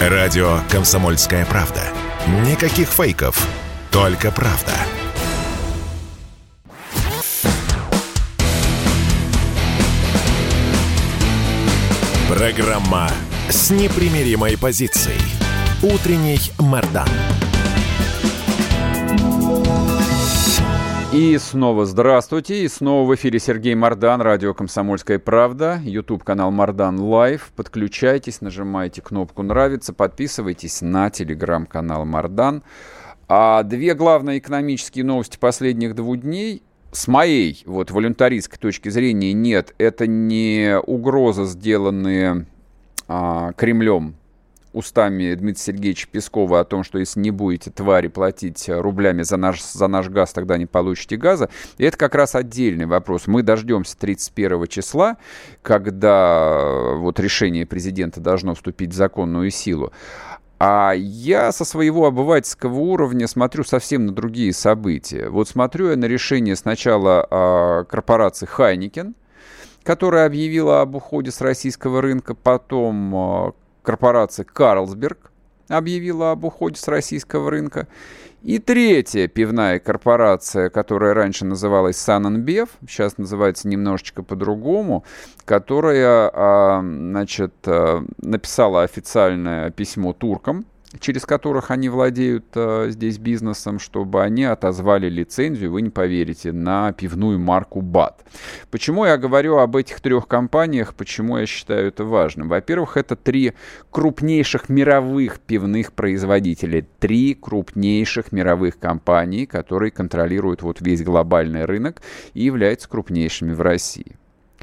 Радио «Комсомольская правда». Никаких фейков, только правда. Программа с непримиримой позицией. Утренний Мардан. И снова здравствуйте, и снова в эфире Сергей Мардан, радио «Комсомольская правда», YouTube-канал Мардан Лайв. Подключайтесь, нажимайте кнопку «Нравится», подписывайтесь на телеграм-канал Мардан. А две главные экономические новости последних 2 дней, с моей волюнтаристской точки зрения, нет, это не угрозы, сделанные Кремлем устами Дмитрия Сергеевича Пескова о том, что если не будете, твари, платить рублями за наш газ, тогда не получите газа. И это как раз отдельный вопрос. Мы дождемся 31 числа, когда решение президента должно вступить в законную силу. А я со своего обывательского уровня смотрю совсем на другие события. Смотрю я на решение сначала корпорации Хайникен, которая объявила об уходе с российского рынка, потом корпорация Карлсберг объявила об уходе с российского рынка. И третья пивная корпорация, которая раньше называлась Санэнбев, сейчас называется немножечко по-другому, которая, написала официальное письмо туркам, через которых они владеют здесь бизнесом, чтобы они отозвали лицензию, вы не поверите, на пивную марку БАТ. Почему я говорю об этих 3 компаниях, почему я считаю это важным? Во-первых, это 3 крупнейших мировых пивных производителя, 3 крупнейших мировых компании, которые контролируют весь глобальный рынок и являются крупнейшими в России.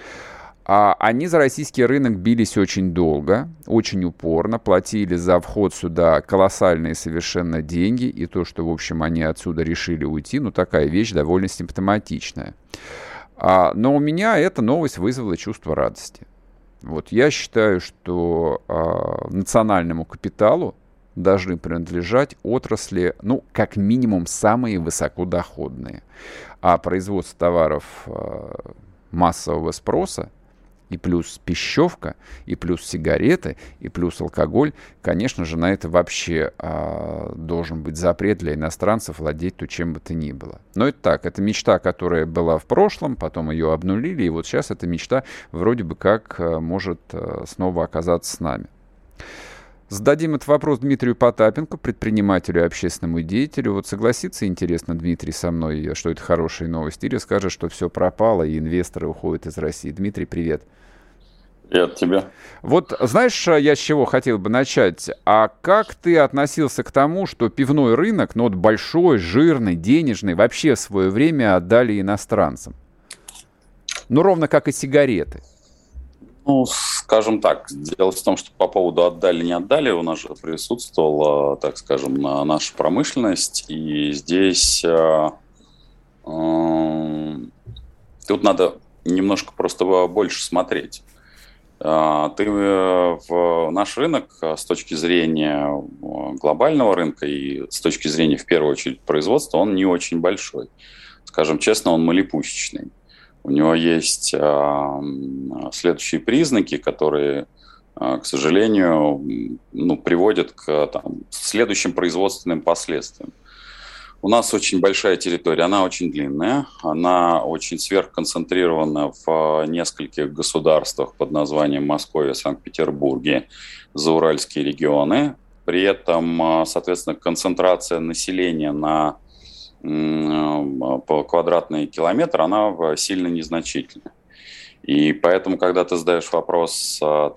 Они за российский рынок бились очень долго, очень упорно, платили за вход сюда колоссальные совершенно деньги, и то, что, в общем, они отсюда решили уйти, такая вещь довольно симптоматичная. Но у меня эта новость вызвала чувство радости. Я считаю, что национальному капиталу должны принадлежать отрасли, как минимум, самые высокодоходные. А производство товаров массового спроса, и плюс пищевка, и плюс сигареты, и плюс алкоголь, конечно же, на это вообще должен быть запрет для иностранцев владеть чем бы то ни было. Но это так, это мечта, которая была в прошлом, потом ее обнулили, и сейчас эта мечта вроде бы как может снова оказаться с нами. Зададим этот вопрос Дмитрию Потапенко, предпринимателю и общественному деятелю. Согласится, интересно, Дмитрий, со мной, что это хорошая новость, или скажет, что все пропало и инвесторы уходят из России. Дмитрий, привет. Привет тебе. Знаешь, я с чего хотел бы начать? А как ты относился к тому, что пивной рынок, большой, жирный, денежный, вообще в свое время отдали иностранцам? Ровно как и сигареты. Скажем так, дело в том, что по поводу отдали, не отдали, у нас же присутствовала, так скажем, наша промышленность, и здесь тут надо немножко просто больше смотреть. Наш рынок с точки зрения глобального рынка и с точки зрения, в первую очередь, производства, он не очень большой. Скажем честно, он малепусечный. У него есть следующие признаки, которые, к сожалению, приводят к следующим производственным последствиям. У нас очень большая территория, она очень длинная, она очень сверхконцентрирована в нескольких государствах под названием Московия, Санкт-Петербурге, зауральские регионы. При этом, соответственно, концентрация населения по квадратный километр, она сильно незначительна. И поэтому, когда ты задаешь вопрос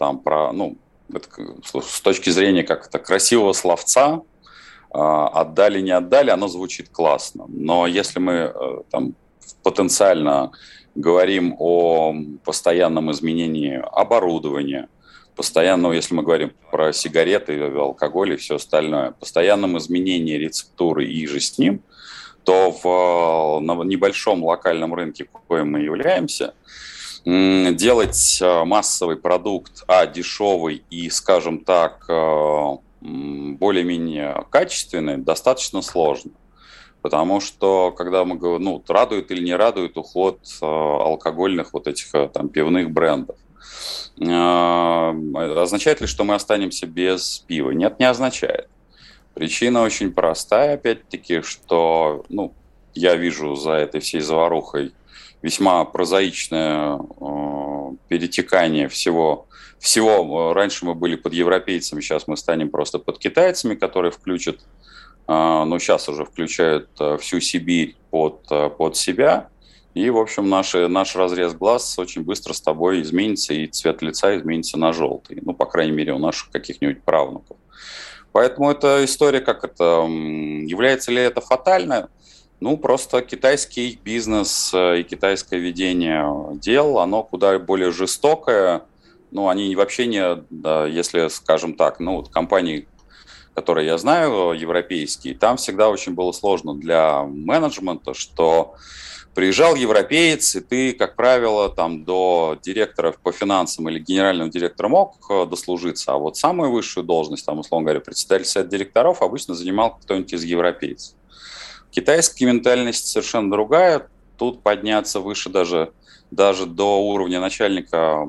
с точки зрения как-то красивого словца, отдали, не отдали, оно звучит классно. Но если мы потенциально говорим о постоянном изменении оборудования, если мы говорим про сигареты, алкоголь и все остальное, постоянном изменении рецептуры и же с ним, то на небольшом локальном рынке, коим мы являемся, делать массовый продукт, дешевый и, скажем так, более-менее качественный, достаточно сложно. Потому что, когда мы говорим, радует или не радует уход алкогольных этих пивных брендов. Означает ли, что мы останемся без пива? Нет, не означает. Причина очень простая, опять-таки, что я вижу за этой всей заварухой весьма прозаичное перетекание всего. Раньше мы были под европейцами, сейчас мы станем просто под китайцами, которые включат, сейчас уже включают всю Сибирь под себя. И, в общем, наш разрез глаз очень быстро с тобой изменится, и цвет лица изменится на желтый. По крайней мере, у наших каких-нибудь правнуков. Поэтому эта история, является ли это фатально? Просто китайский бизнес и китайское ведение дел, оно куда более жестокое. Они вообще если, скажем так, компании, которые я знаю, европейские, там всегда очень было сложно для менеджмента, что приезжал европеец, и ты, как правило, до директора по финансам или генерального директора мог дослужиться, а вот самую высшую должность, условно говоря, председатель совета директоров обычно занимал кто-нибудь из европейцев. Китайская ментальность совершенно другая. Тут подняться выше даже до уровня начальника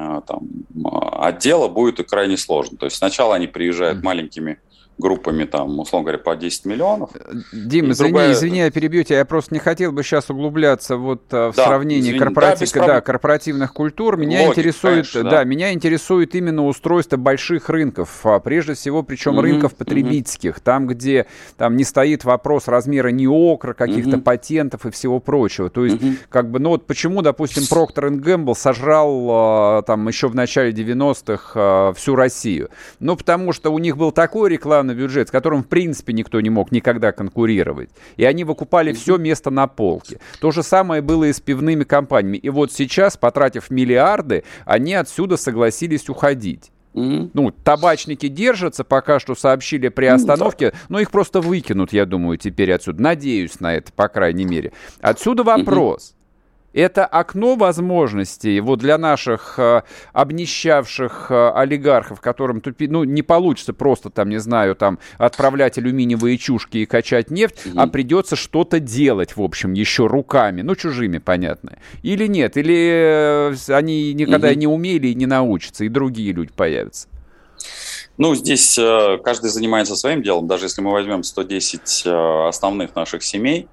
отдела будет и крайне сложно. То есть сначала они приезжают маленькими группами, условно говоря, по 10 миллионов. Дим, извини, я перебью тебя. Я просто не хотел бы сейчас углубляться в сравнении корпоративных культур. Меня интересует именно устройство больших рынков, прежде всего, причем рынков потребительских, там, где не стоит вопрос размера неокр, каких-то патентов и всего прочего. То есть, почему, допустим, Procter & Gamble сожрал еще в начале 90-х всю Россию? Потому что у них был такой рекламный бюджет, с которым, в принципе, никто не мог никогда конкурировать. И они выкупали все место на полке. То же самое было и с пивными компаниями. И вот сейчас, потратив миллиарды, они отсюда согласились уходить. Табачники держатся, пока что сообщили при остановке, но их просто выкинут, я думаю, теперь отсюда. Надеюсь на это, по крайней мере. Отсюда вопрос. Это окно возможностей для наших обнищавших олигархов, которым не получится просто отправлять алюминиевые чушки и качать нефть, а придется что-то делать, в общем, еще руками, чужими, понятно. Или нет, или они никогда не умели и не научатся, и другие люди появятся. Здесь каждый занимается своим делом, даже если мы возьмем 110 основных наших семей,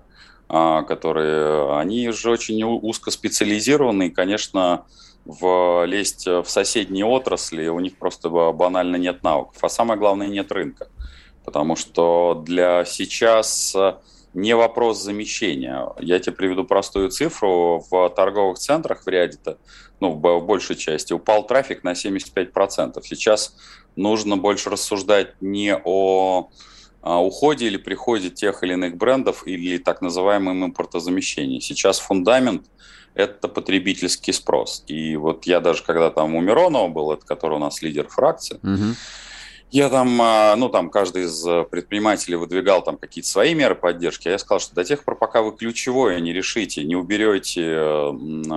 они же очень узкоспециализированы, и, конечно, лезть в соседние отрасли у них просто банально нет навыков. А самое главное, нет рынка. Потому что сейчас не вопрос замещения. Я тебе приведу простую цифру. В торговых центрах в ряде-то, в большей части, упал трафик на 75%. Сейчас нужно больше рассуждать не о уходе или приходе тех или иных брендов или так называемом импортозамещении. Сейчас фундамент – это потребительский спрос. И я даже, когда у Миронова был, это который у нас лидер фракции, я каждый из предпринимателей выдвигал какие-то свои меры поддержки, а я сказал, что до тех пор, пока вы ключевое не решите, не уберете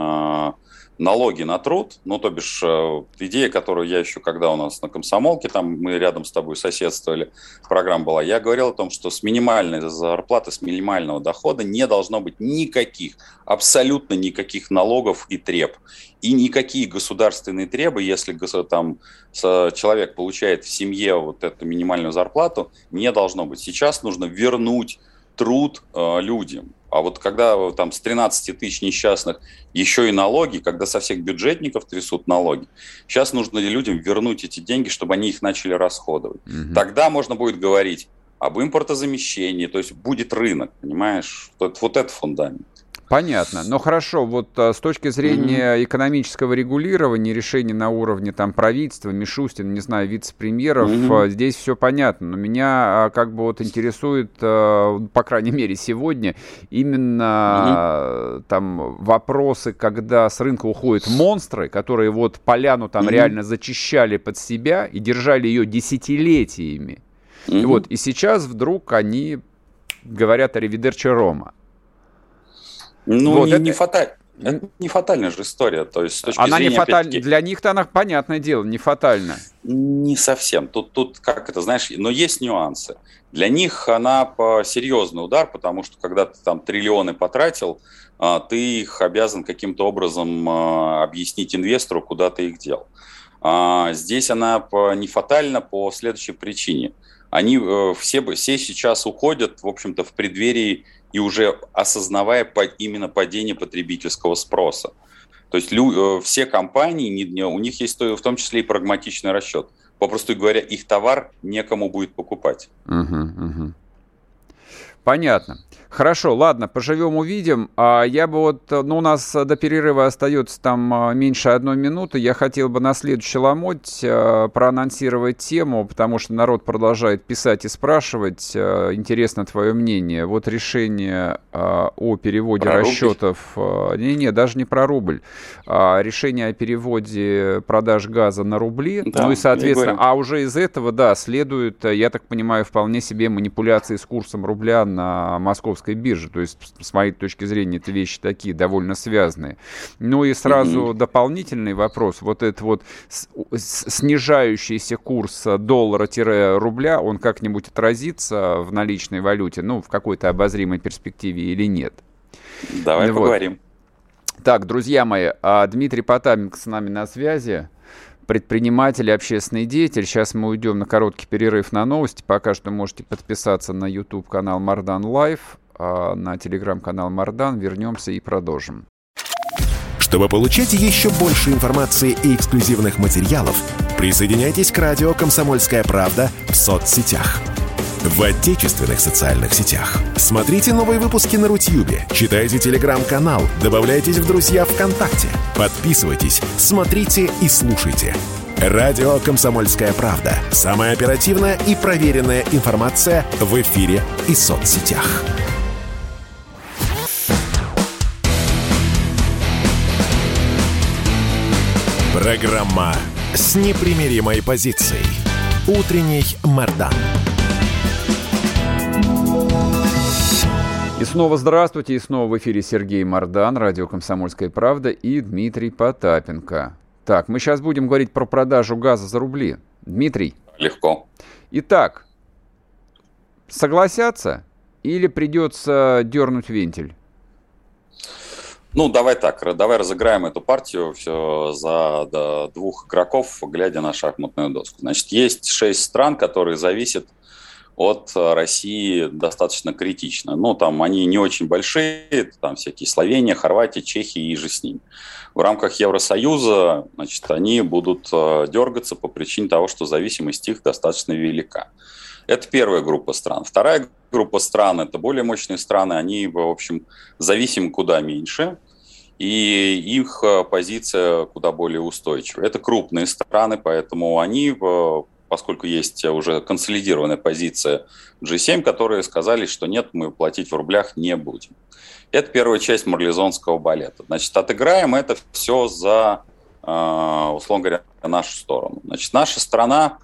налоги на труд, то бишь идея, которую я еще, когда у нас на Комсомолке, мы рядом с тобой соседствовали, программа была, я говорил о том, что с минимальной зарплаты, с минимального дохода не должно быть абсолютно никаких налогов и треб. И никакие государственные требы, если человек получает в семье эту минимальную зарплату, не должно быть. Сейчас нужно вернуть труд людям. А когда с 13 тысяч несчастных еще и налоги, когда со всех бюджетников трясут налоги, сейчас нужно людям вернуть эти деньги, чтобы они их начали расходовать. Тогда можно будет говорить об импортозамещении, то есть будет рынок, понимаешь? Это фундамент. Понятно. Но хорошо, с точки зрения экономического регулирования, решений на уровне правительства, Мишустина, не знаю, вице-премьеров, здесь все понятно. Но меня интересует, по крайней мере, сегодня именно вопросы, когда с рынка уходят монстры, которые поляну реально зачищали под себя и держали ее десятилетиями. И сейчас вдруг они говорят о ривидерчи Рома. Не фатально. Это не фатальная же история. То есть, с точки она зрения, не фатальна. Для них-то она, понятное дело, не фатальна. Не совсем. Тут, как это, знаешь, но есть нюансы. Для них она серьезный удар, потому что когда ты там триллионы потратил, ты их обязан каким-то образом объяснить инвестору, куда ты их дел. Здесь она не фатальна по следующей причине. Они все сейчас уходят, в общем-то, в преддверии и уже осознавая именно падение потребительского спроса. То есть все компании, у них есть в том числе и прагматичный расчет. Попросту говоря, их товар некому будет покупать. Понятно. Хорошо, ладно, поживем, увидим. Я бы у нас до перерыва остается там меньше 1 минуты. Я хотел бы на следующий ломоть проанонсировать тему, потому что народ продолжает писать и спрашивать. Интересно твое мнение. Вот решение о переводе про расчетов... Не, даже не про рубль. Решение о переводе продаж газа на рубли. Да, ну и, соответственно, уже из этого, да, следует, я так понимаю, вполне себе манипуляции с курсом рубля на московской бирже. То есть, с моей точки зрения, это вещи такие довольно связанные. Ну и сразу дополнительный вопрос. Вот этот вот снижающийся курс доллара-рубля, он как-нибудь отразится в наличной валюте, в какой-то обозримой перспективе или нет? Давай поговорим. Так, друзья мои, Дмитрий Потапенко с нами на связи. Предприниматель, общественный деятель. Сейчас мы уйдем на короткий перерыв на новости. Пока что можете подписаться на YouTube-канал Мардан Лайв, на телеграм-канал Мардан. Вернемся и продолжим. Чтобы получать еще больше информации и эксклюзивных материалов, присоединяйтесь к радио «Комсомольская правда» в соцсетях. В отечественных социальных сетях. Смотрите новые выпуски на Рутьюбе, читайте телеграм-канал, добавляйтесь в друзья ВКонтакте, подписывайтесь, смотрите и слушайте. Радио «Комсомольская правда». Самая оперативная и проверенная информация в эфире и соцсетях. Программа с непримиримой позицией. Утренний Мардан. И снова здравствуйте, и снова в эфире Сергей Мардан, радио «Комсомольская правда» и Дмитрий Потапенко. Так, мы сейчас будем говорить про продажу газа за рубли. Дмитрий. Легко. Итак, согласятся или придется дернуть вентиль? Давай так, давай разыграем эту партию все за 2 игроков, глядя на шахматную доску. Значит, есть 6 стран, которые зависят от России достаточно критично. Там они не очень большие, там всякие Словения, Хорватия, Чехия и же с ними. В рамках Евросоюза, значит, они будут дергаться по причине того, что зависимость их достаточно велика. Это первая группа стран. Вторая группа стран – это более мощные страны, они, в общем, зависимы куда меньше, и их позиция куда более устойчива. Это крупные страны, поэтому они, поскольку есть уже консолидированная позиция G7, которые сказали, что нет, мы платить в рублях не будем. Это первая часть марлезонского балета. Значит, отыграем это все за, условно говоря, нашу сторону. Значит, наша страна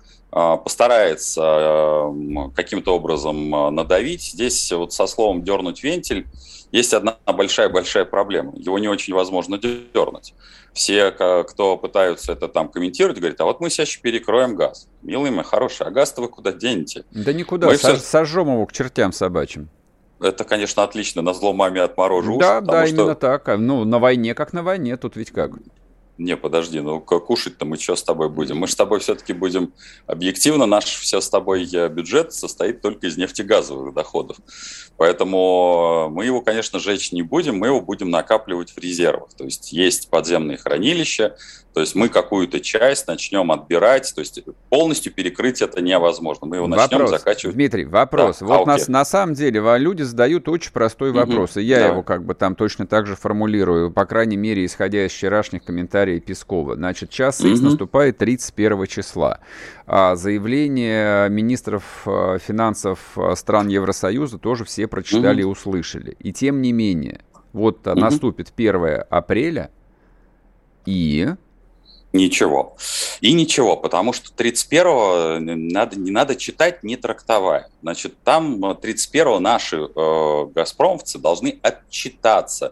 постарается каким-то образом надавить. Здесь вот со словом «дернуть вентиль» есть одна большая проблема. Его не очень возможно дернуть. Все, кто пытаются это там комментировать, говорят, а вот мы сейчас перекроем газ. Милые мои хорошие, а газ-то вы куда денете? Да никуда, сожжем его к чертям собачьим. Это, конечно, отлично, назло маме отморожу уши. Да, именно так. На войне как на войне, тут ведь как... Не, подожди, кушать-то мы что с тобой будем? Мы же с тобой все-таки будем объективно. Наш все с тобой бюджет состоит только из нефтегазовых доходов. Поэтому мы его, конечно, жечь не будем, мы его будем накапливать в резервах. То есть есть подземные хранилища, то есть мы какую-то часть начнем отбирать, то есть полностью перекрыть это невозможно. Мы его начнем закачивать. Дмитрий, вопрос. Да, на самом деле люди задают очень простой вопрос, и я его там точно так же формулирую, по крайней мере, исходя из вчерашних комментариев Пескова. Значит, час X наступает 31 числа. Заявление министров финансов стран Евросоюза тоже все прочитали и услышали. И тем не менее, наступит 1 апреля и... Ничего. И ничего, потому что 31-го не надо читать, не трактовая. Значит, там 31-го наши газпромовцы должны отчитаться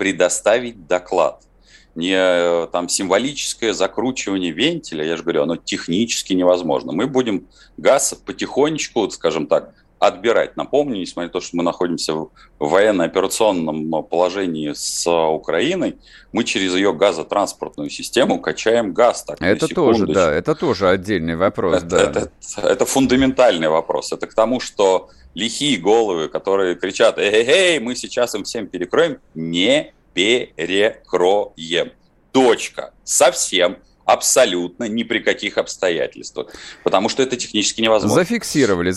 предоставить доклад. Не там символическое закручивание вентиля, я же говорю, оно технически невозможно. Мы будем газ потихонечку, скажем так, отбирать. Напомню, несмотря на то, что мы находимся в военно-операционном положении с Украиной, мы через ее газотранспортную систему качаем газ. Так, это тоже, да, это тоже отдельный вопрос. Это фундаментальный вопрос. Это к тому, что лихие головы, которые кричат: эй, мы сейчас им всем перекроем, не перекроем. Точка. Совсем. Абсолютно ни при каких обстоятельствах. Потому что это технически невозможно. Зафиксировали.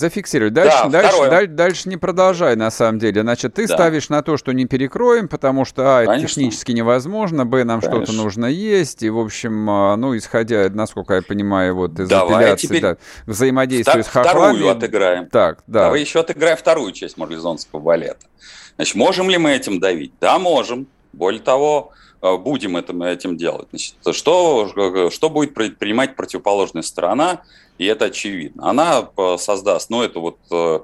Дальше не продолжай, на самом деле. Значит, ты ставишь на то, что не перекроем, потому что, это технически невозможно, нам что-то нужно есть. И, в общем, исходя, насколько я понимаю, вот из апелляции, взаимодействия с хохлами. Вторую отыграем. Так, да. Давай еще отыграем вторую часть марлезонского балета. Значит, можем ли мы этим давить? Да, можем. Более того, будем этим делать. Значит, что будет предпринимать противоположная сторона, и это очевидно. Она создаст, это вот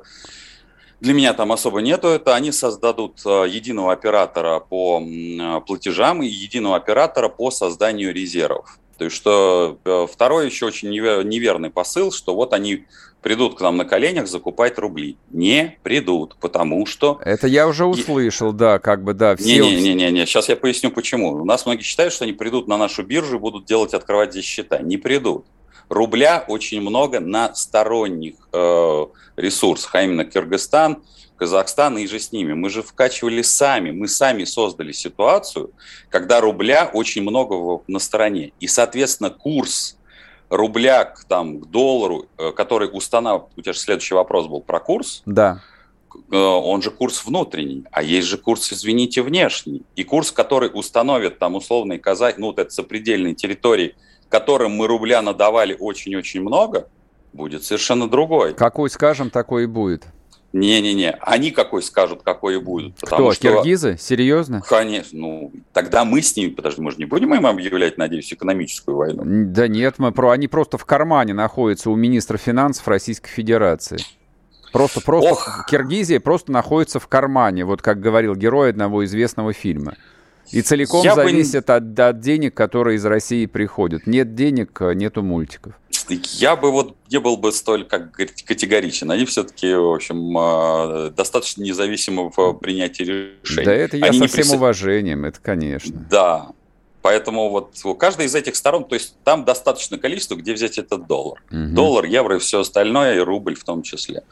для меня там особо нету, это они создадут единого оператора по платежам и единого оператора по созданию резервов. То есть, что второй еще очень неверный посыл, что вот они придут к нам на коленях закупать рубли. Не придут, потому что... Это я уже услышал, да. Не, сейчас я поясню, почему. У нас многие считают, что они придут на нашу биржу и будут открывать здесь счета. Не придут. Рубля очень много на сторонних ресурсах, а именно Кыргызстан, Казахстан и же с ними. Мы же вкачивали сами, мы сами создали ситуацию, когда рубля очень много на стороне. И, соответственно, курс рубля к доллару, который устанавливает... У тебя же следующий вопрос был про курс. Да. Он же курс внутренний, а есть же курс, извините, внешний. И курс, который установит условный казах, это сопредельные территории, которым мы рубля надавали очень-очень много, будет совершенно другой. Какой скажем, такой и будет. Не-не-не, они какой скажут, какой и будут. Кто, киргизы? Серьезно? Конечно, тогда мы с ними, мы же не будем им объявлять, надеюсь, экономическую войну. Да нет, они просто в кармане находятся у министра финансов Российской Федерации. Просто Киргизия просто находится в кармане, вот как говорил герой одного известного фильма. И целиком зависит от денег, которые из России приходят. Нет денег, нету мультиков. Я бы не был бы столь категоричен. Они все-таки, в общем, достаточно независимы в принятии решений. Да, это я со всем уважением, это конечно. Да, поэтому у каждой из этих сторон, то есть там достаточное количество, где взять этот доллар. Угу. Доллар, евро и все остальное, и рубль в том числе.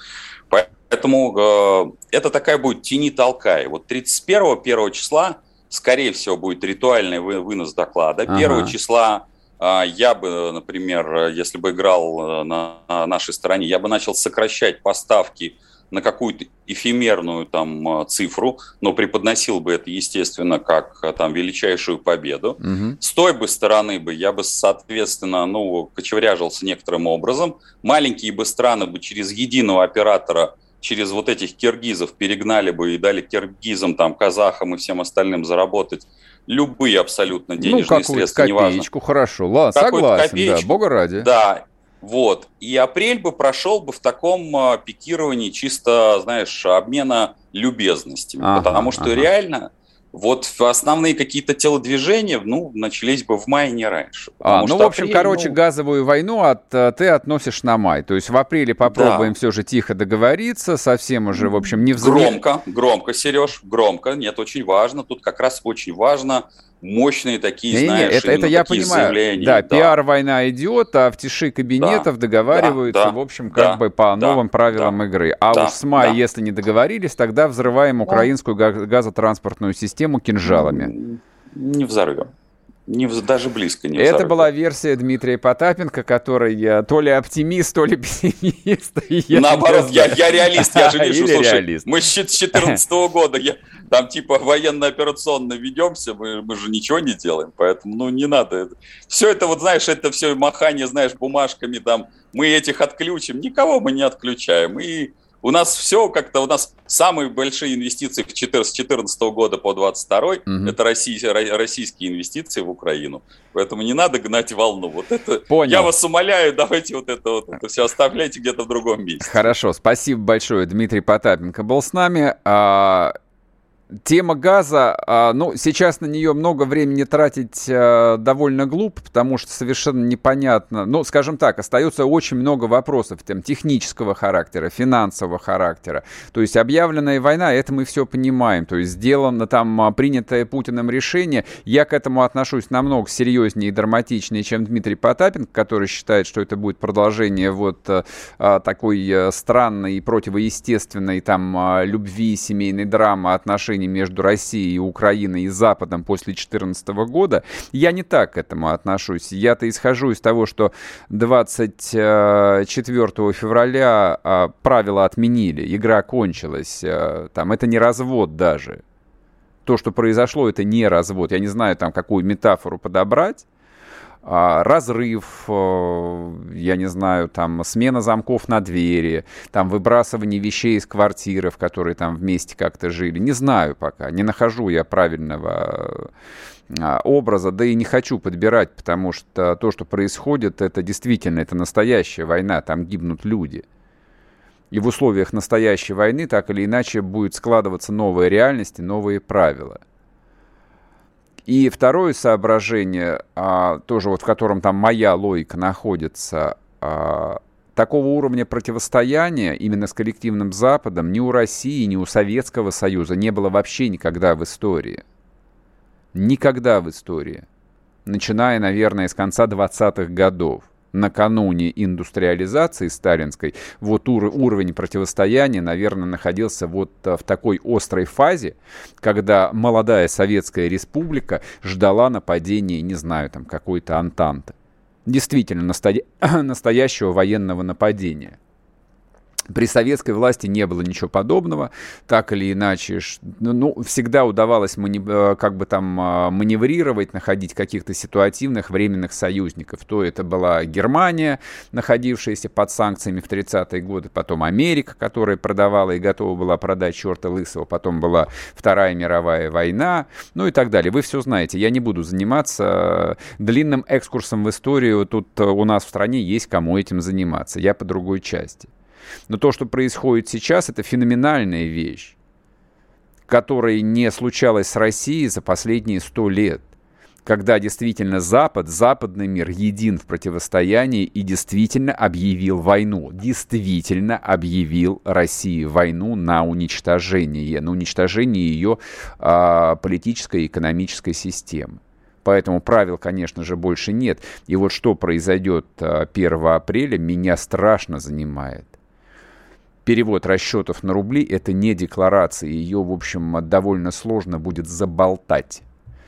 Поэтому это такая будет тяни-толкай. 31 числа, скорее всего, будет ритуальный вынос доклада. 1 числа я бы, например, если бы играл на нашей стороне, я бы начал сокращать поставки на какую-то эфемерную цифру, но преподносил бы это, естественно, как величайшую победу. Угу. С той бы стороны я бы, соответственно, кочевряжился некоторым образом. Маленькие бы страны бы через единого оператора, через этих киргизов перегнали бы и дали киргизам, казахам и всем остальным заработать любые абсолютно денежные средства, неважно. Копеечку, хорошо, ладно, согласен, копеечку, да, бога ради. Да, и апрель бы прошел бы в таком пикировании чисто, обмена любезностями, потому что реально основные какие-то телодвижения, начались бы в мае, не раньше. В общем, газовую войну ты относишь на май. То есть в апреле попробуем все же тихо договориться, совсем уже, в общем, не взрыв. Громко, Сереж, громко. Нет, очень важно. Тут как раз очень важно мощные такие, это я понимаю. Заявления. Да, пиар-война идет, а в тиши кабинетов договариваются, в общем, по новым правилам игры. Уж с мая, если не договорились, тогда взрываем украинскую газотранспортную систему кинжалами. Не взорвем. Даже близко не взорвем. Это была версия Дмитрия Потапенко, который то ли оптимист, то ли пессимист. Наоборот, я реалист, я же вижу, слушай, мы с 2014 года военно-операционно ведемся, мы же ничего не делаем, поэтому, не надо. Все это, это все махание, бумажками, мы этих отключим, никого мы не отключаем, и у нас все как-то, у нас самые большие инвестиции с 2014 года по 2022 это российские инвестиции в Украину. Поэтому не надо гнать волну. Понял. Я вас умоляю, давайте это все оставляйте где-то в другом месте. Хорошо, спасибо большое. Дмитрий Потапенко был с нами. Тема газа, сейчас на нее много времени тратить довольно глупо, потому что совершенно непонятно. Скажем так, остается очень много вопросов там, технического характера, финансового характера. То есть объявленная война, это мы все понимаем. То есть сделано там принятое Путиным решение. Я к этому отношусь намного серьезнее и драматичнее, чем Дмитрий Потапенко, который считает, что это будет продолжение вот такой странной и противоестественной там любви, семейной драмы, отношений между Россией и Украиной и Западом после 2014 года, я не так к этому отношусь. Я-то исхожу из того, что 24 февраля правила отменили, игра кончилась. Там, это не развод даже. То, что произошло, это не развод. Я не знаю, там, какую метафору подобрать. Разрыв, я не знаю, там, смена замков на двери, там, выбрасывание вещей из квартиры, в которой там вместе как-то жили. Не знаю пока, не нахожу я правильного образа, да и не хочу подбирать, потому что то, что происходит, это действительно, это настоящая война, там гибнут люди. И в условиях настоящей войны так или иначе будет складываться новая реальность и новые правила. И второе соображение, тоже вот в котором там моя логика находится, такого уровня противостояния именно с коллективным Западом ни у России, ни у Советского Союза не было вообще никогда в истории. Никогда в истории. Начиная, наверное, с конца 20-х годов. Накануне индустриализации сталинской, вот уровень противостояния, наверное, находился вот в такой острой фазе, когда молодая Советская Республика ждала нападения, не знаю, там какой-то Антанты. Действительно, настоящего военного нападения. При советской власти не было ничего подобного, так или иначе, всегда удавалось маневрировать, находить каких-то ситуативных временных союзников. То это была Германия, находившаяся под санкциями в 30-е годы, потом Америка, которая продавала и готова была продать черта лысого, потом была Вторая мировая война, и так далее. Вы все знаете, я не буду заниматься длинным экскурсом в историю, тут у нас в стране есть кому этим заниматься, я по другой части. Но то, что происходит сейчас, это феноменальная вещь, которая не случалась с Россией за последние 100 лет, когда действительно Запад, западный мир един в противостоянии и действительно объявил войну, действительно объявил России войну на уничтожение ее политической и экономической системы. Поэтому правил, конечно же, больше нет. И вот что произойдет 1 апреля, меня страшно занимает. Перевод расчетов на рубли – это не декларация, ее, в общем, довольно сложно будет заболтать.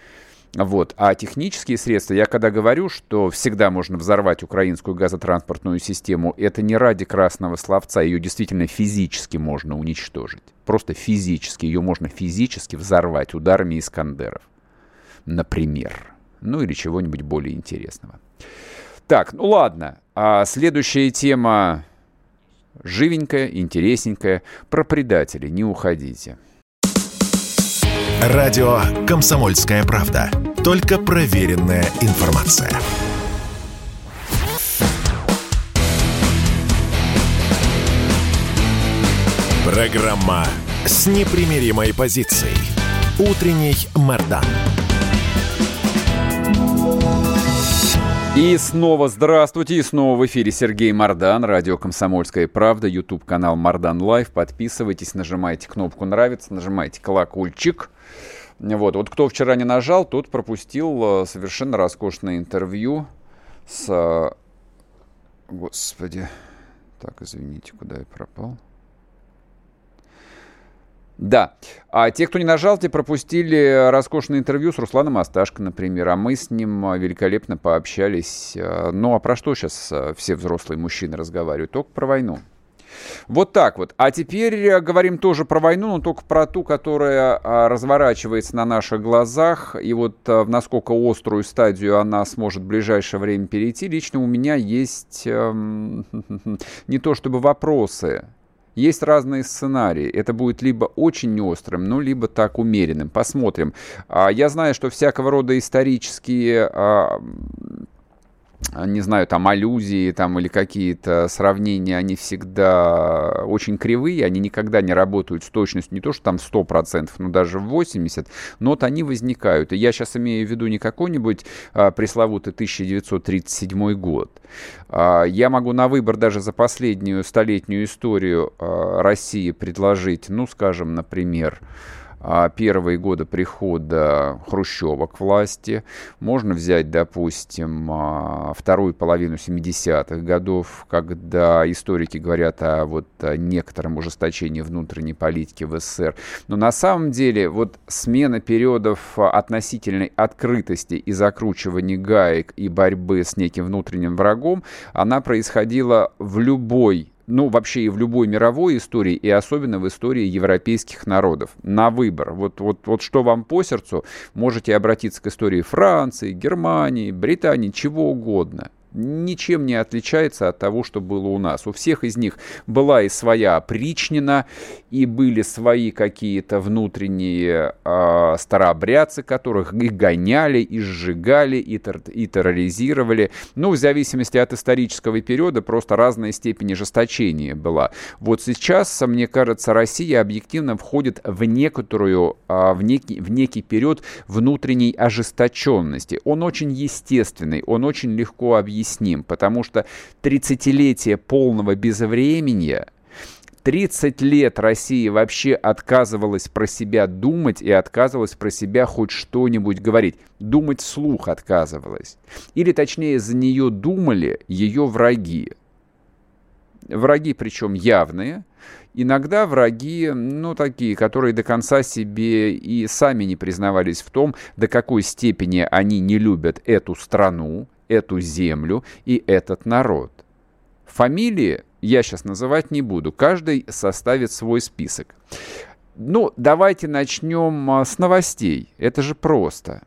Вот. А технические средства, я когда говорю, что всегда можно взорвать украинскую газотранспортную систему, это не ради красного словца, ее действительно физически можно уничтожить. Просто физически, ее можно физически взорвать ударами Искандеров, например. Или чего-нибудь более интересного. Так, ладно. Следующая тема... живенькая, интересненькая, про предателей, не уходите. Радио «Комсомольская правда». Только проверенная информация. Программа с непримиримой позицией. Утренний Мардан. И снова здравствуйте, и снова в эфире Сергей Мардан, радио «Комсомольская правда», YouTube-канал Мардан Лайв. Подписывайтесь, нажимайте кнопку «Нравится», нажимайте колокольчик. Вот кто вчера не нажал, тот пропустил совершенно роскошное интервью с... Господи, так, извините, куда я пропал? Да, а те, кто не нажал, те пропустили роскошное интервью с Русланом Асташко, например, а мы с ним великолепно пообщались. А про что сейчас все взрослые мужчины разговаривают? Только про войну. Вот так вот. А теперь говорим тоже про войну, но только про ту, которая разворачивается на наших глазах. И вот в насколько острую стадию она сможет в ближайшее время перейти, лично у меня есть не то чтобы вопросы. Есть разные сценарии. Это будет либо очень острым, либо так умеренным. Посмотрим. Я знаю, что всякого рода исторические не знаю, там аллюзии там, или какие-то сравнения, они всегда очень кривые, они никогда не работают с точностью не то, что там 100%, но даже в 80%, но вот они возникают. И я сейчас имею в виду не какой-нибудь пресловутый 1937 год. Я могу на выбор даже за последнюю столетнюю историю России предложить, ну, скажем, например, первые годы прихода Хрущева к власти. Можно взять, допустим, вторую половину 70-х годов, когда историки говорят о вот некотором ужесточении внутренней политики в СССР. Но на самом деле вот смена периодов относительной открытости и закручивания гаек и борьбы с неким внутренним врагом, она происходила в любой, ну, вообще и в любой мировой истории, и особенно в истории европейских народов. На выбор. Вот что вам по сердцу, можете обратиться к истории Франции, Германии, Британии, чего угодно. Ничем не отличается от того, что было у нас. У всех из них была и своя опричнина, и были свои какие-то внутренние старообрядцы, которых и гоняли, и сжигали, и терроризировали. Ну, в зависимости от исторического периода, просто разная степень ожесточения была. Вот сейчас, мне кажется, Россия объективно входит в некий период внутренней ожесточенности. Он очень естественный, он очень легко объясним, потому что 30-летие полного безвременья, 30 лет Россия вообще отказывалась про себя думать и отказывалась про себя хоть что-нибудь говорить. Думать вслух отказывалась. Или, точнее, за нее думали ее враги. Враги, причем явные. Иногда враги, ну, такие, которые до конца себе и сами не признавались в том, до какой степени они не любят эту страну, эту землю и этот народ. Фамилии я сейчас называть не буду. Каждый составит свой список. Ну, давайте начнем с новостей. Это же просто.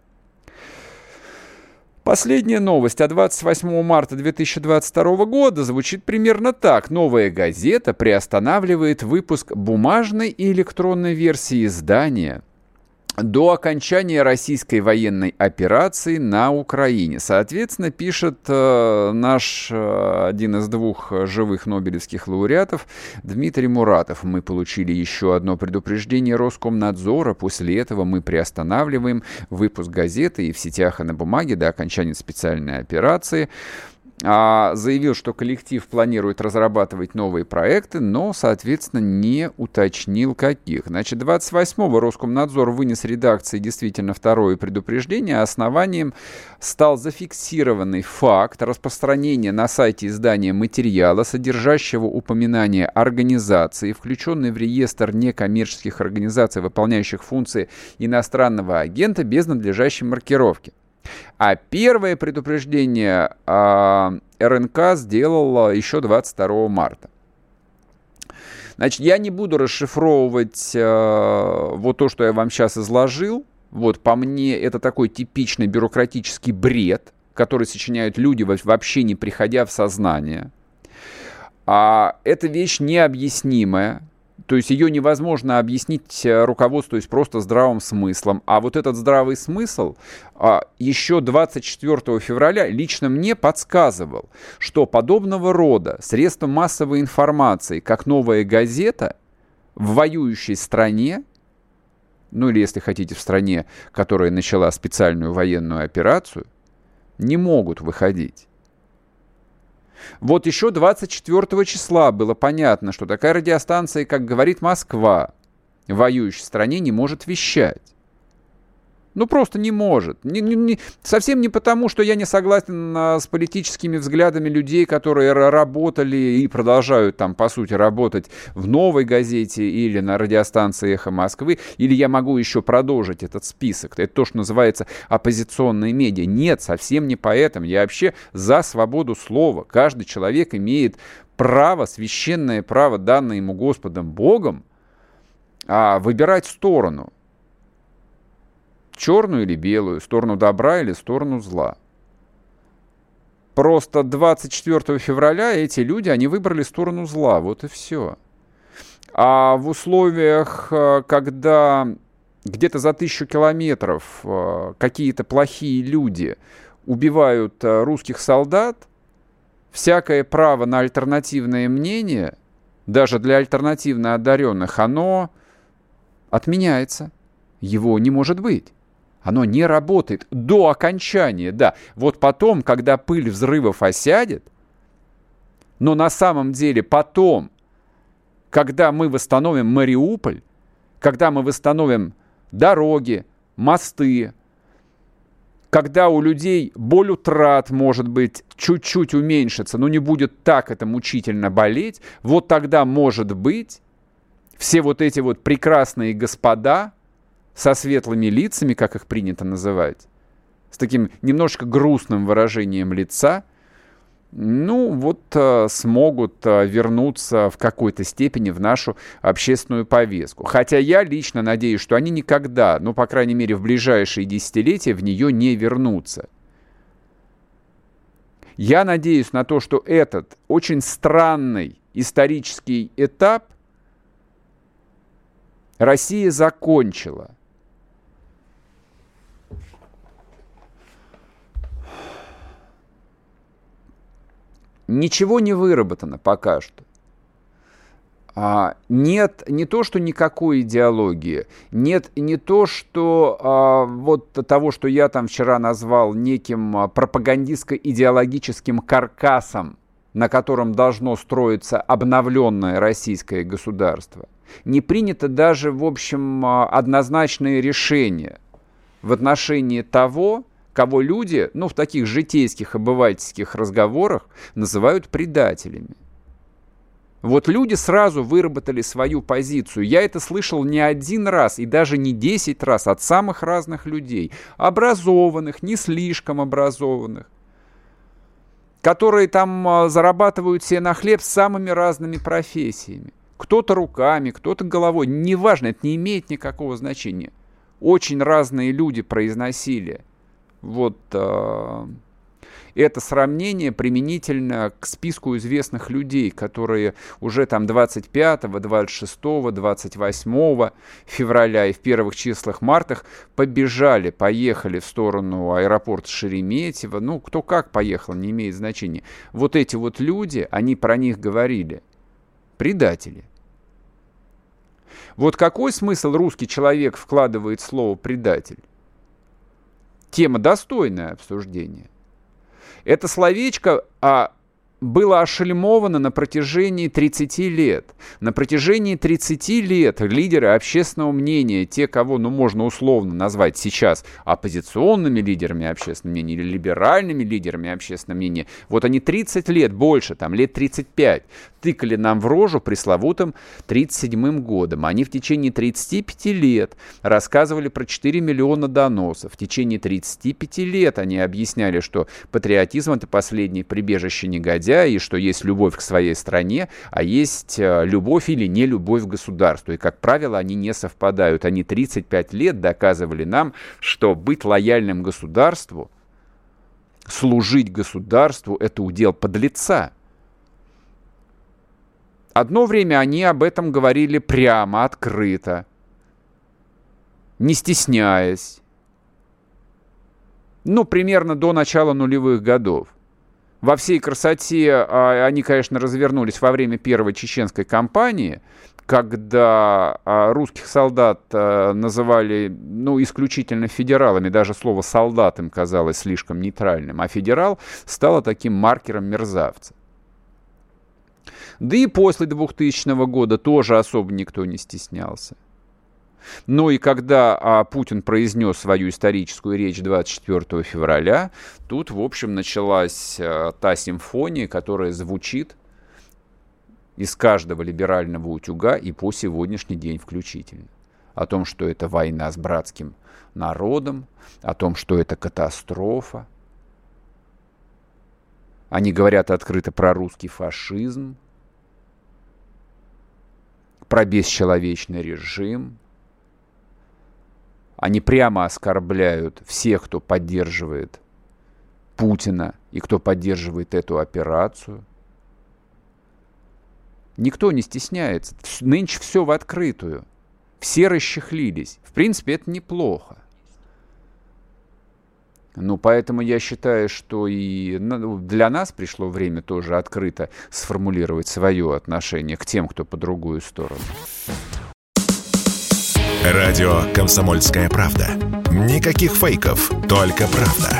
Последняя новость от 28 марта 2022 года звучит примерно так. «Новая газета приостанавливает выпуск бумажной и электронной версии издания до окончания российской военной операции на Украине». Соответственно, пишет наш один из двух живых нобелевских лауреатов Дмитрий Муратов. «Мы получили еще одно предупреждение Роскомнадзора. После этого мы приостанавливаем выпуск газеты и в сетях, и на бумаге до окончания специальной операции». Заявил, что коллектив планирует разрабатывать новые проекты, но, соответственно, не уточнил каких. Значит, 28-го Роскомнадзор вынес редакции действительно второе предупреждение. Основанием стал зафиксированный факт распространения на сайте издания материала, содержащего упоминание организации, включенной в реестр некоммерческих организаций, выполняющих функции иностранного агента, без надлежащей маркировки. А первое предупреждение РНК сделал еще 22 марта. Значит, я не буду расшифровывать вот то, что я вам сейчас изложил. Вот, по мне, это такой типичный бюрократический бред, который сочиняют люди, вообще не приходя в сознание. Это вещь необъяснимая. То есть ее невозможно объяснить, руководствуясь просто здравым смыслом. А вот этот здравый смысл еще 24 февраля лично мне подсказывал, что подобного рода средства массовой информации, как «Новая газета», в воюющей стране, ну или, если хотите, в стране, которая начала специальную военную операцию, не могут выходить. Вот еще 24 числа было понятно, что такая радиостанция, как «Говорит Москва», в воюющей стране не может вещать. Ну, просто не может. Совсем не потому, что я не согласен с политическими взглядами людей, которые работали и продолжают там, по сути, работать в «Новой газете» или на радиостанции «Эхо Москвы», или я могу еще продолжить этот список. Это то, что называется оппозиционные медиа. Нет, совсем не поэтому. Я вообще за свободу слова. Каждый человек имеет право, священное право, данное ему Господом Богом, выбирать сторону. Черную или белую, сторону добра или сторону зла. Просто 24 февраля эти люди, они выбрали сторону зла, вот и все. А в условиях, когда где-то за 1000 километров какие-то плохие люди убивают русских солдат, всякое право на альтернативное мнение, даже для альтернативно одаренных, оно отменяется. Его не может быть. Оно не работает до окончания, да. Вот потом, когда пыль взрывов осядет, но на самом деле потом, когда мы восстановим Мариуполь, когда мы восстановим дороги, мосты, когда у людей боль утрат, может быть, чуть-чуть уменьшится, но не будет так это мучительно болеть, вот тогда, может быть, все вот эти вот прекрасные господа со светлыми лицами, как их принято называть, с таким немножко грустным выражением лица, смогут вернуться в какой-то степени в нашу общественную повестку. Хотя я лично надеюсь, что они никогда, по крайней мере, в ближайшие десятилетия в нее не вернутся. Я надеюсь на то, что этот очень странный исторический этап Россия закончила. Ничего не выработано пока что. Нет не то, что никакой идеологии, нет не то, что того, что я там вчера назвал неким пропагандистско-идеологическим каркасом, на котором должно строиться обновленное российское государство. Не принято даже, в общем, однозначные решения в отношении того, кого люди, в таких житейских, обывательских разговорах называют предателями. Вот люди сразу выработали свою позицию. Я это слышал не один раз и даже не 10 раз от самых разных людей. Образованных, не слишком образованных, которые там зарабатывают себе на хлеб с самыми разными профессиями. Кто-то руками, кто-то головой. Неважно, это не имеет никакого значения. Очень разные люди произносили это сравнение применительно к списку известных людей, которые уже там 25, 26, 28 февраля и в первых числах марта поехали в сторону аэропорта Шереметьево. Кто как поехал, не имеет значения. Вот эти вот люди, они про них говорили. Предатели. Вот какой смысл русский человек вкладывает в слово «предатель»? Тема достойная обсуждения. Это словечко было ошельмовано на протяжении 30 лет. На протяжении 30 лет лидеры общественного мнения, те, кого можно условно назвать сейчас оппозиционными лидерами общественного мнения или либеральными лидерами общественного мнения, вот они 30 лет, больше, лет 35, тыкали нам в рожу пресловутым 1937 годом. Они в течение 35 лет рассказывали про 4 миллиона доносов. В течение 35 лет они объясняли, что патриотизм — это последнее прибежище негодяя, и что есть любовь к своей стране, а есть любовь или не любовь к государству. И, как правило, они не совпадают. Они 35 лет доказывали нам, что быть лояльным государству, служить государству — это удел подлеца. Одно время они об этом говорили прямо, открыто, не стесняясь. Примерно до начала нулевых годов. Во всей красоте они, конечно, развернулись во время первой чеченской кампании, когда русских солдат называли, исключительно федералами, даже слово «солдат» им казалось слишком нейтральным, а федерал стало таким маркером мерзавца. Да и после 2000 года тоже особо никто не стеснялся. И когда Путин произнес свою историческую речь 24 февраля, тут, в общем, началась та симфония, которая звучит из каждого либерального утюга и по сегодняшний день включительно. О том, что это война с братским народом, о том, что это катастрофа. Они говорят открыто про русский фашизм, про бесчеловечный режим. Они прямо оскорбляют всех, кто поддерживает Путина и кто поддерживает эту операцию. Никто не стесняется. Нынче все в открытую. Все расчехлились. В принципе, это неплохо. Ну, поэтому я считаю, что и для нас пришло время тоже открыто сформулировать свое отношение к тем, кто по другую сторону. Радио «Комсомольская правда». Никаких фейков, только правда.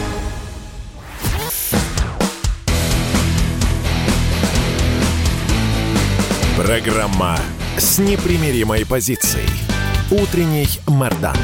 Программа с непримиримой позицией. Утренний Мардан.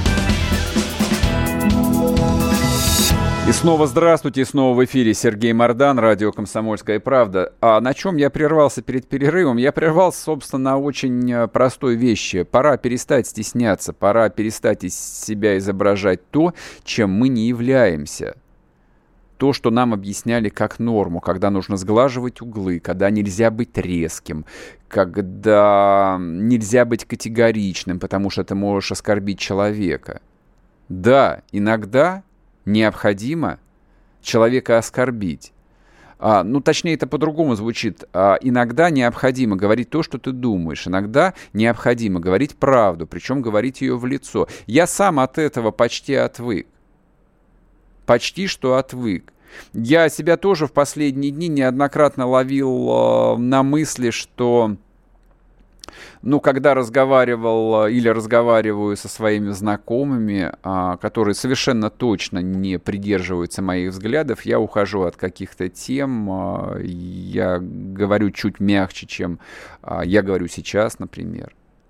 И снова здравствуйте, и снова в эфире Сергей Мардан, радио «Комсомольская правда». А на чем я прервался перед перерывом? Я прервался, собственно, на очень простой вещи. Пора перестать стесняться, пора перестать из себя изображать то, чем мы не являемся. То, что нам объясняли как норму, когда нужно сглаживать углы, когда нельзя быть резким, когда нельзя быть категоричным, потому что ты можешь оскорбить человека. Да, иногда необходимо человека оскорбить. Точнее, это по-другому звучит. Иногда необходимо говорить то, что ты думаешь. Иногда необходимо говорить правду, причем говорить ее в лицо. Я сам от этого почти отвык. Почти что отвык. Я себя тоже в последние дни неоднократно ловил на мысли, что когда разговаривал или разговариваю со своими знакомыми, которые совершенно точно не придерживаются моих взглядов, я ухожу от каких-то тем, я говорю чуть мягче, чем я говорю сейчас, например.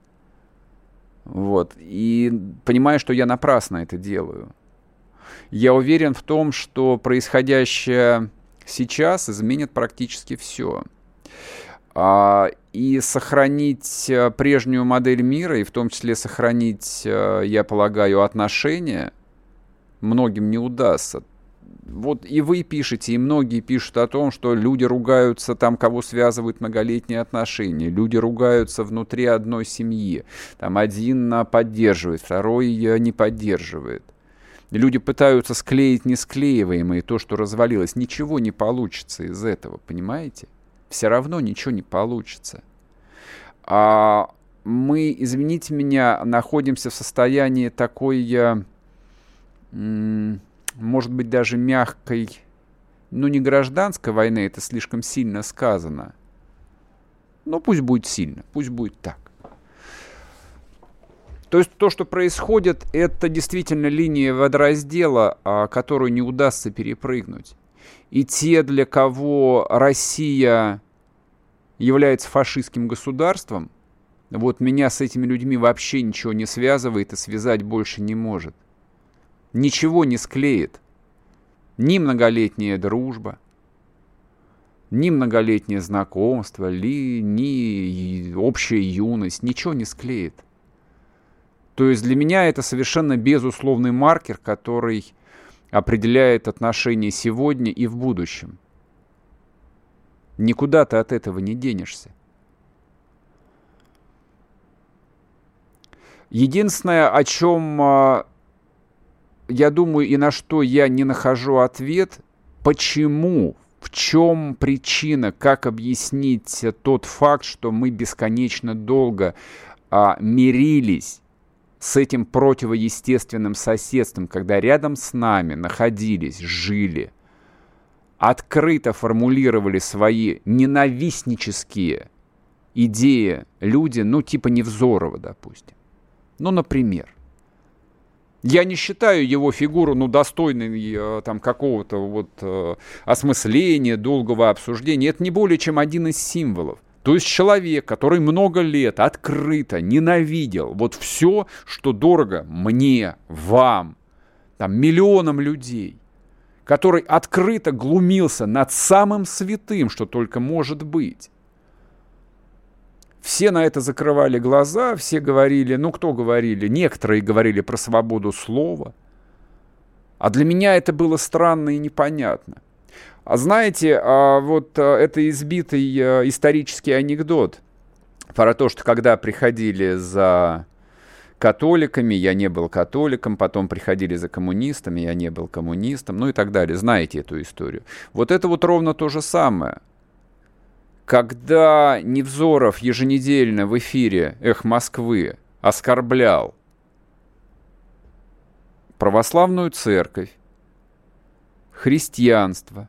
И понимаю, что я напрасно это делаю. Я уверен в том, что происходящее сейчас изменит практически все. И сохранить прежнюю модель мира, и в том числе сохранить, я полагаю, отношения, многим не удастся. И вы пишете, и многие пишут о том, что люди ругаются там, кого связывают многолетние отношения. Люди ругаются внутри одной семьи. Там один поддерживает, второй не поддерживает. Люди пытаются склеить несклеиваемое, то, что развалилось. Ничего не получится из этого, понимаете? Все равно ничего не получится. Мы, извините меня, находимся в состоянии такой, может быть, даже мягкой, не гражданской войны, это слишком сильно сказано. Пусть будет сильно, пусть будет так. То есть то, что происходит, это действительно линия водораздела, которую не удастся перепрыгнуть. И те, для кого Россия является фашистским государством, меня с этими людьми вообще ничего не связывает и связать больше не может. Ничего не склеит. Ни многолетняя дружба, ни многолетнее знакомство, ни общая юность, ничего не склеит. То есть для меня это совершенно безусловный маркер, который определяет отношения сегодня и в будущем. Никуда ты от этого не денешься. Единственное, о чем я думаю и на что я не нахожу ответ, почему, в чем причина, как объяснить тот факт, что мы бесконечно долго мирились с этим противоестественным соседством, когда рядом с нами находились, жили, открыто формулировали свои ненавистнические идеи люди, типа Невзорова, допустим. Например. Я не считаю его фигуру, достойной какого-то осмысления, долгого обсуждения. Это не более чем один из символов. То есть человек, который много лет открыто ненавидел все, что дорого мне, вам, миллионам людей, который открыто глумился над самым святым, что только может быть. Все на это закрывали глаза, все говорили, кто говорили? Некоторые говорили про свободу слова. А для меня это было странно и непонятно. А знаете, это избитый исторический анекдот про то, что когда приходили за католиками, я не был католиком, потом приходили за коммунистами, я не был коммунистом, и так далее. Знаете эту историю. Это ровно то же самое. Когда Невзоров еженедельно в эфире «Эх Москвы» оскорблял православную церковь, христианства,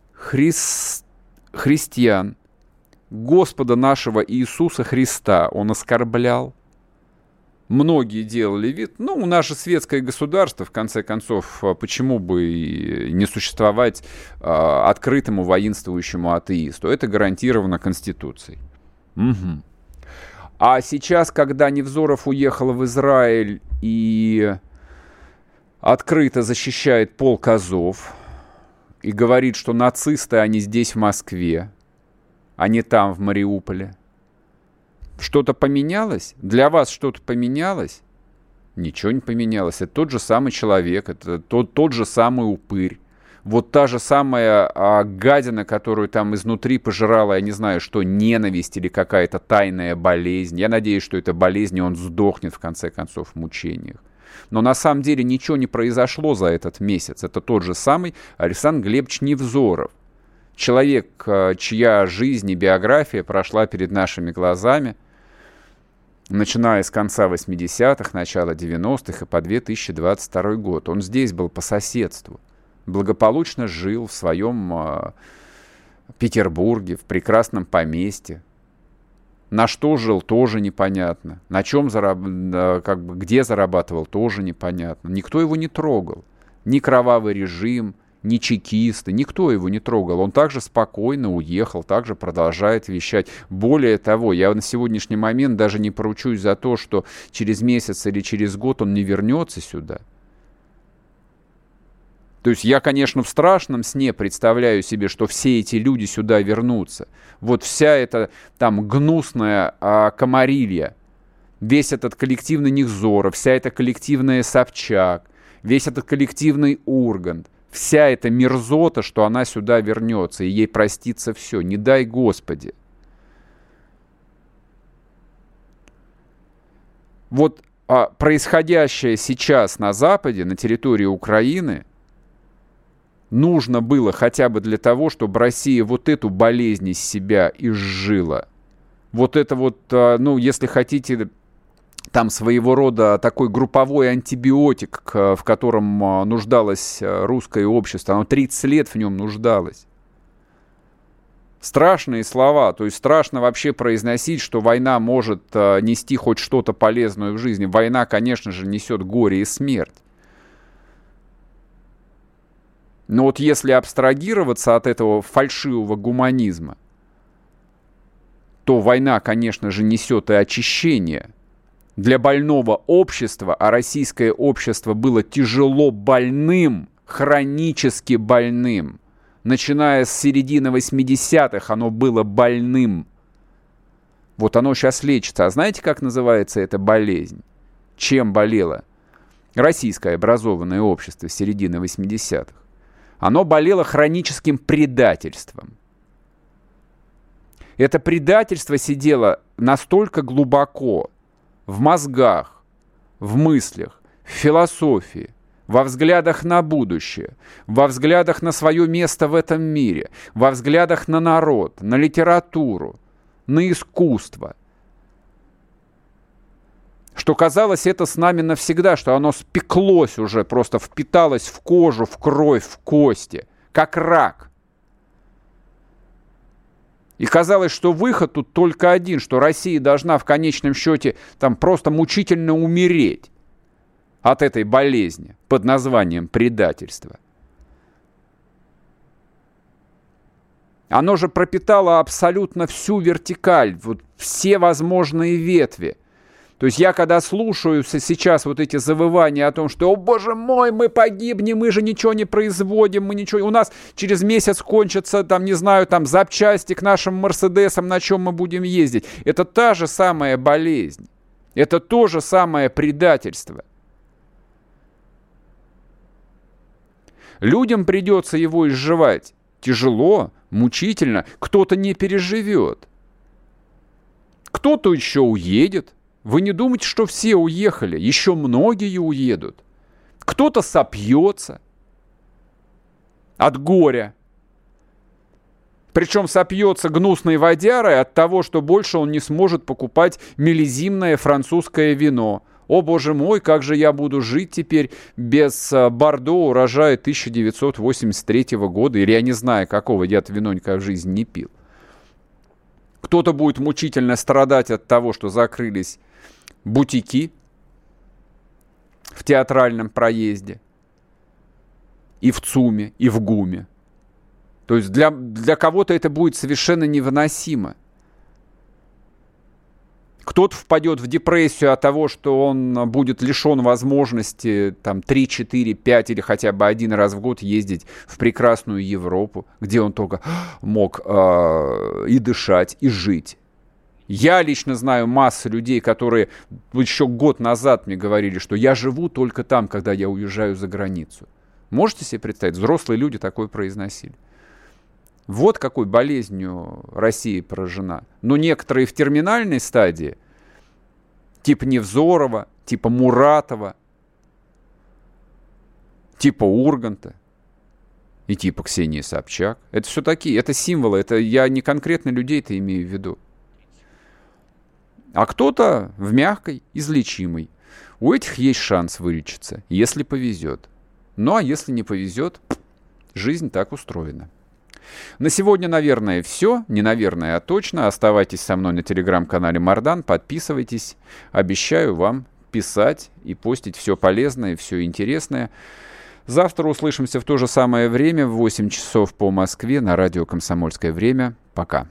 христиан, Господа нашего Иисуса Христа он оскорблял. Многие делали вид, у нас же светское государство, в конце концов, почему бы не существовать открытому воинствующему атеисту? Это гарантировано Конституцией. Угу. А сейчас, когда Невзоров уехал в Израиль и открыто защищает полк Азов и говорит, что нацисты, они здесь, в Москве, а не там, в Мариуполе, что-то поменялось? Для вас что-то поменялось? Ничего не поменялось. Это тот же самый человек, это тот же самый упырь. Вот та же самая гадина, которую там изнутри пожирала, я не знаю, что, ненависть или какая-то тайная болезнь. Я надеюсь, что это болезнь, и он сдохнет, в конце концов, в мучениях. Но на самом деле ничего не произошло за этот месяц. Это тот же самый Александр Глебович Невзоров. Человек, чья жизнь и биография прошла перед нашими глазами, начиная с конца 80-х, начала 90-х и по 2022 год. Он здесь был по соседству. Благополучно жил в своем Петербурге, в прекрасном поместье. На что жил, тоже непонятно. На чем где зарабатывал, тоже непонятно. Никто его не трогал. Ни кровавый режим, ни чекисты, никто его не трогал. Он также спокойно уехал, также продолжает вещать. Более того, я на сегодняшний момент даже не поручусь за то, что через месяц или через год он не вернется сюда. То есть я, конечно, в страшном сне представляю себе, что все эти люди сюда вернутся. Вот вся эта там гнусная комарилья, весь этот коллективный Невзоров, вся эта коллективная Собчак, весь этот коллективный Ургант, вся эта мерзота, что она сюда вернется, и ей простится все. Не дай Господи. Вот происходящее сейчас на Западе, на территории Украины, нужно было хотя бы для того, чтобы Россия вот эту болезнь из себя изжила. Вот это вот, если хотите, там своего рода такой групповой антибиотик, в котором нуждалось русское общество. Оно 30 лет в нем нуждалось. Страшные слова. То есть страшно вообще произносить, что война может нести хоть что-то полезное в жизни. Война, конечно же, несет горе и смерть. Но вот если абстрагироваться от этого фальшивого гуманизма, то война, конечно же, несет и очищение. Для больного общества, а российское общество было тяжело больным, хронически больным. Начиная с середины 80-х оно было больным. Вот оно сейчас лечится. А знаете, как называется эта болезнь? Чем болело российское образованное общество с середины 80-х? Оно болело хроническим предательством. Это предательство сидело настолько глубоко в мозгах, в мыслях, в философии, во взглядах на будущее, во взглядах на свое место в этом мире, во взглядах на народ, на литературу, на искусство, что казалось это с нами навсегда, что оно спеклось уже, просто впиталось в кожу, в кровь, в кости, как рак. И казалось, что выход тут только один, что Россия должна в конечном счете там просто мучительно умереть от этой болезни под названием предательство. Оно же пропитало абсолютно всю вертикаль, вот все возможные ветви. То есть я когда слушаю сейчас вот эти завывания о том, что, о боже мой, мы погибнем, мы же ничего не производим, мы ничего, у нас через месяц кончатся, там, не знаю, там, запчасти к нашим Мерседесам, на чем мы будем ездить. Это та же самая болезнь, это то же самое предательство. Людям придется его изживать тяжело, мучительно, кто-то не переживет, кто-то еще уедет. Вы не думайте, что все уехали. Еще многие уедут. Кто-то сопьется от горя. Причем сопьется гнусной водярой от того, что больше он не сможет покупать миллизимное французское вино. О, боже мой, как же я буду жить теперь без Бордо урожая 1983 года, или я не знаю какого, я-то вино никогда в жизни не пил. Кто-то будет мучительно страдать от того, что закрылись бутики в Театральном проезде, и в ЦУМе, и в ГУМе. То есть для кого-то это будет совершенно невыносимо. Кто-то впадет в депрессию от того, что он будет лишен возможности там, 3, 4, 5 или хотя бы один раз в год ездить в прекрасную Европу, где он только мог и дышать, и жить. Я лично знаю массу людей, которые еще год назад мне говорили, что я живу только там, когда я уезжаю за границу. Можете себе представить? Взрослые люди такое произносили. Вот какой болезнью Россия поражена. Но некоторые в терминальной стадии, типа Невзорова, типа Муратова, типа Урганта и типа Ксении Собчак. Это все такие, это символы, это я не конкретно людей-то имею в виду. А кто-то в мягкой, излечимой. У этих есть шанс вылечиться, если повезет. Ну а если не повезет, жизнь так устроена. На сегодня, наверное, все. Не наверное, а точно. Оставайтесь со мной на телеграм-канале Мардан. Подписывайтесь. Обещаю вам писать и постить все полезное, все интересное. Завтра услышимся в то же самое время, в 8 часов по Москве на радио «Комсомольское время». Пока.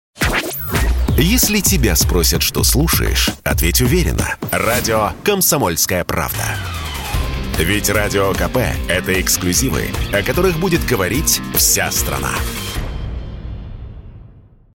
Если тебя спросят, что слушаешь, ответь уверенно. Радио «Комсомольская правда». Ведь Радио КП – это эксклюзивы, о которых будет говорить вся страна.